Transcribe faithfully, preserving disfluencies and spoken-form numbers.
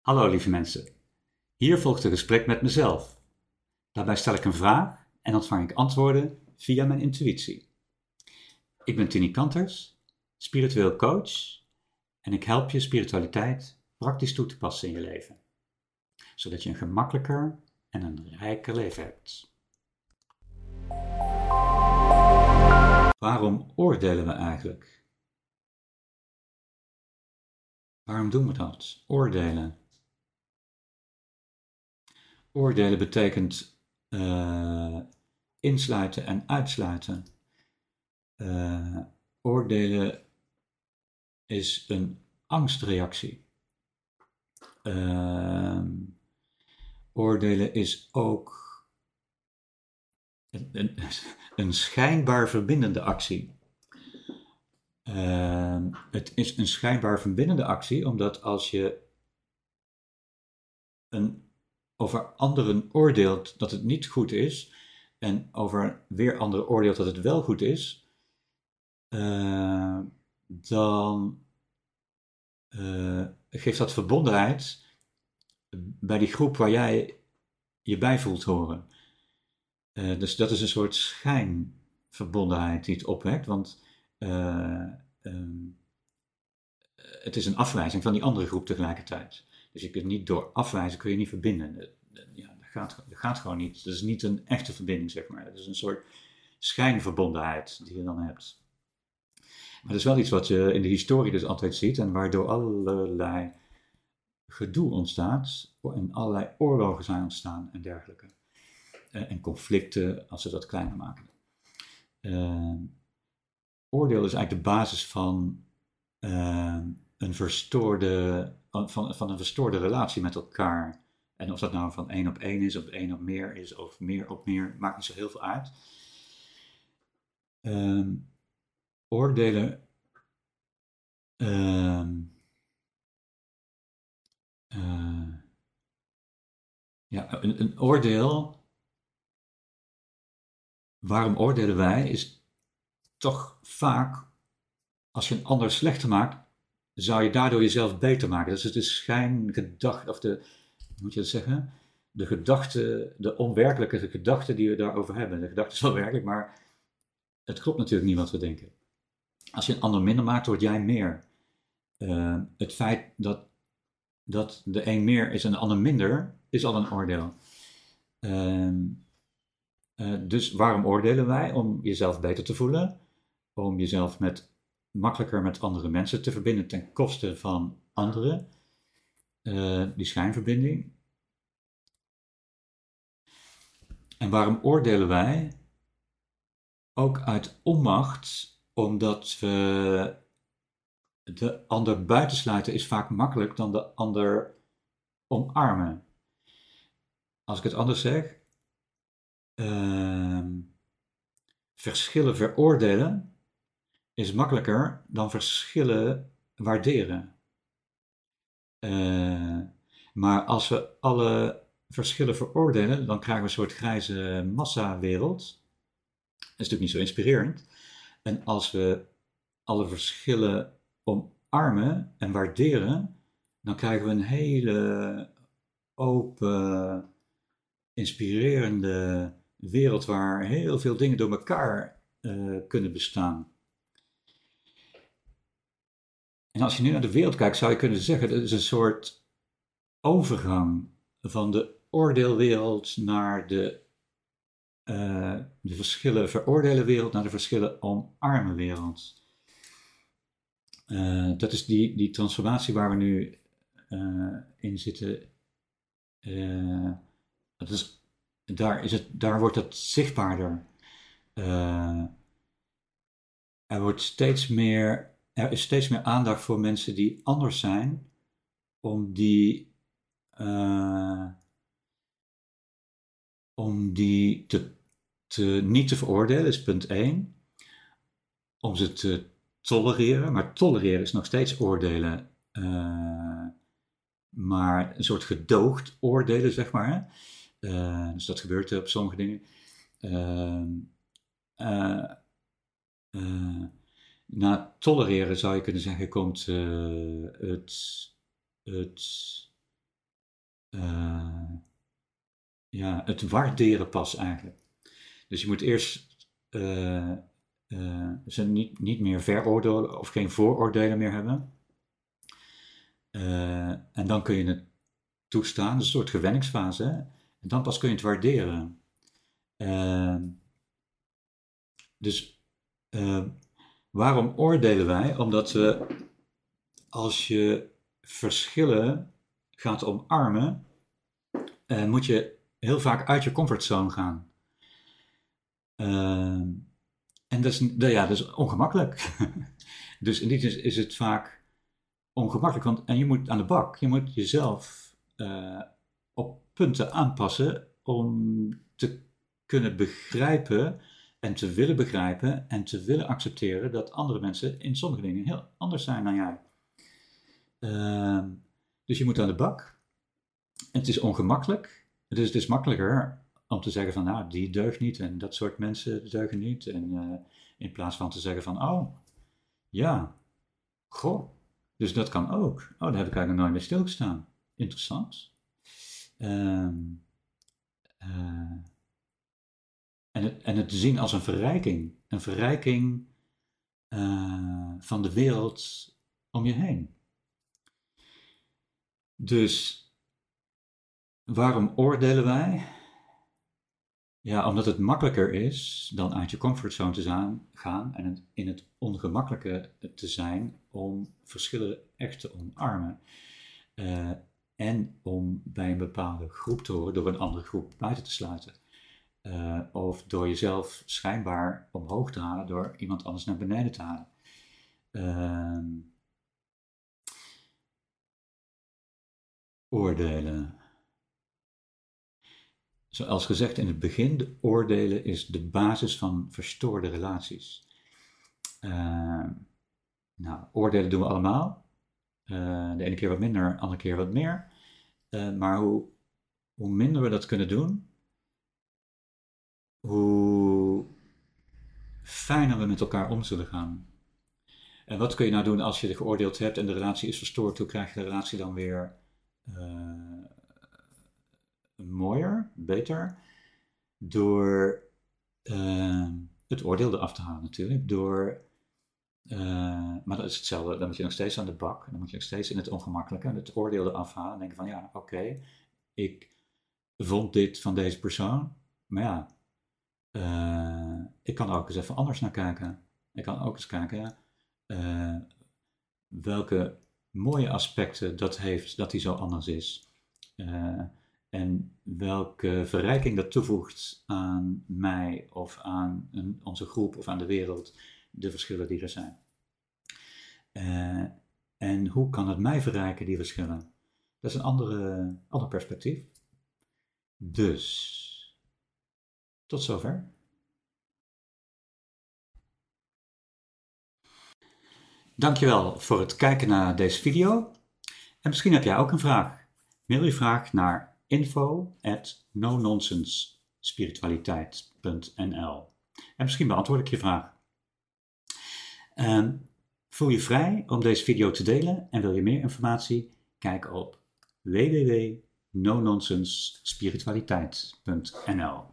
Hallo lieve mensen, hier volgt een gesprek met mezelf. Daarbij stel ik een vraag en ontvang ik antwoorden via mijn intuïtie. Ik ben Tini Kanters, spiritueel coach en ik help je spiritualiteit praktisch toe te passen in je leven, zodat je een gemakkelijker en een rijker leven hebt. Waarom oordelen we eigenlijk? Waarom doen we dat? Oordelen. Oordelen betekent uh, insluiten en uitsluiten. Uh, oordelen is een angstreactie. Uh, oordelen is ook een, een, een schijnbaar verbindende actie. Uh, het is een schijnbaar verbindende actie omdat als je een, over anderen oordeelt dat het niet goed is en over weer anderen oordeelt dat het wel goed is, Uh, dan uh, geeft dat verbondenheid bij die groep waar jij je bij voelt horen. Uh, dus dat is een soort schijnverbondenheid die het opwekt, want uh, um, het is een afwijzing van die andere groep tegelijkertijd. Dus je kunt niet door afwijzen, kun je niet verbinden. Ja, dat gaat, dat gaat gewoon niet. Dat is niet een echte verbinding, zeg maar. Het is een soort schijnverbondenheid die je dan hebt. Maar dat is wel iets wat je in de historie dus altijd ziet en waardoor allerlei gedoe ontstaat en allerlei oorlogen zijn ontstaan en dergelijke. En conflicten als ze dat kleiner maken. Uh, oordeel is eigenlijk de basis van, uh, een verstoorde, van, van een verstoorde relatie met elkaar. En of dat nou van één op één is, of één op meer is, of meer op meer, maakt niet zo heel veel uit. Uh, oordelen Uh, uh, ja, een, een oordeel. Waarom oordelen wij? Is toch vaak, als je een ander slechter maakt, zou je daardoor jezelf beter maken. Dat is de schijngedachte, of de, hoe moet je dat zeggen? De gedachte, de onwerkelijke gedachte die we daarover hebben. De gedachte is wel werkelijk, maar het klopt natuurlijk niet wat we denken. Als je een ander minder maakt, word jij meer. Uh, het feit dat, dat de een meer is en de ander minder, is al een oordeel. Uh, uh, dus waarom oordelen wij? Om jezelf beter te voelen. Om jezelf met, makkelijker met andere mensen te verbinden ten koste van anderen. Uh, die schijnverbinding. En waarom oordelen wij? Ook uit onmacht, omdat we de ander buitensluiten is vaak makkelijk dan de ander omarmen. Als ik het anders zeg, uh, verschillen veroordelen is makkelijker dan verschillen waarderen. Uh, maar als we alle verschillen veroordelen, dan krijgen we een soort grijze massawereld. Dat is natuurlijk niet zo inspirerend. En als we alle verschillen omarmen en waarderen, dan krijgen we een hele open, inspirerende wereld waar heel veel dingen door elkaar uh, kunnen bestaan. En als je nu naar de wereld kijkt, zou je kunnen zeggen, dat is een soort overgang van de oordeelwereld naar de, uh, de verschillen veroordelen wereld naar de verschillen omarmen wereld. Uh, dat is die, die transformatie waar we nu uh, in zitten. Uh, dat is, daar, is het, daar wordt het zichtbaarder. Uh, er, wordt steeds meer, er is steeds meer aandacht voor mensen die anders zijn, om die, uh, om die te, te, niet te veroordelen, is punt één. Om ze te tolereren, maar tolereren is nog steeds oordelen, uh, maar een soort gedoogd oordelen, zeg maar. Uh, dus dat gebeurt op sommige dingen. Uh, uh, uh, na tolereren zou je kunnen zeggen, komt uh, het, het ja, het waarderen pas eigenlijk. Dus je moet eerst uh, uh, ze niet, niet meer veroordelen of geen vooroordelen meer hebben. Uh, en dan kun je het toestaan, dat is een soort gewenningsfase. Hè? En dan pas kun je het waarderen. Uh, dus uh, waarom oordelen wij? Omdat we, als je verschillen gaat omarmen, uh, moet je heel vaak uit je comfortzone gaan. Uh, en dat is, ja, dat is ongemakkelijk. Dus in die zin is het vaak ongemakkelijk. Want, en je moet aan de bak. Je moet jezelf uh, op punten aanpassen om te kunnen begrijpen en te willen begrijpen en te willen accepteren dat andere mensen in sommige dingen heel anders zijn dan jij. Uh, dus je moet aan de bak. En het is ongemakkelijk. Dus het is makkelijker om te zeggen van, nou, die deugt niet en dat soort mensen deugen niet. En uh, in plaats van te zeggen van, oh, ja, goh, dus dat kan ook. Oh, daar heb ik eigenlijk nog nooit bij stilgestaan. Interessant. Um, uh, en, het, en het zien als een verrijking. Een verrijking uh, van de wereld om je heen. Dus waarom oordelen wij? Ja, omdat het makkelijker is dan uit je comfortzone te gaan en het, in het ongemakkelijke te zijn om verschillen echt te omarmen. Uh, en om bij een bepaalde groep te horen door een andere groep buiten te sluiten. Uh, of door jezelf schijnbaar omhoog te halen door iemand anders naar beneden te halen. Uh, oordelen. Zoals gezegd in het begin, de oordelen is de basis van verstoorde relaties. Uh, nou, oordelen doen we allemaal. Uh, de ene keer wat minder, de andere keer wat meer. Uh, maar hoe, hoe minder we dat kunnen doen, hoe fijner we met elkaar om zullen gaan. En wat kun je nou doen als je je geoordeeld hebt en de relatie is verstoord? Hoe krijg je de relatie dan weer uh, mooier, beter? Door uh, het oordeel eraf te halen natuurlijk. Door, uh, maar dat is hetzelfde, dan moet je nog steeds aan de bak. Dan moet je nog steeds in het ongemakkelijke het oordeel eraf halen. En denken van ja, oké, okay, ik vond dit van deze persoon. Maar ja, uh, ik kan er ook eens even anders naar kijken. Ik kan ook eens kijken uh, welke mooie aspecten dat heeft dat hij zo anders is. Uh, en welke verrijking dat toevoegt aan mij of aan een, onze groep of aan de wereld, de verschillen die er zijn. Uh, en hoe kan het mij verrijken, die verschillen? Dat is een andere, ander perspectief. Dus, tot zover. Dankjewel voor het kijken naar deze video. En misschien heb jij ook een vraag. Mail je vraag naar info at no nonsense spiritualiteit punt n l en misschien beantwoord ik je vraag. Um, voel je vrij om deze video te delen en wil je meer informatie? Kijk op w w w punt no nonsense spiritualiteit punt n l.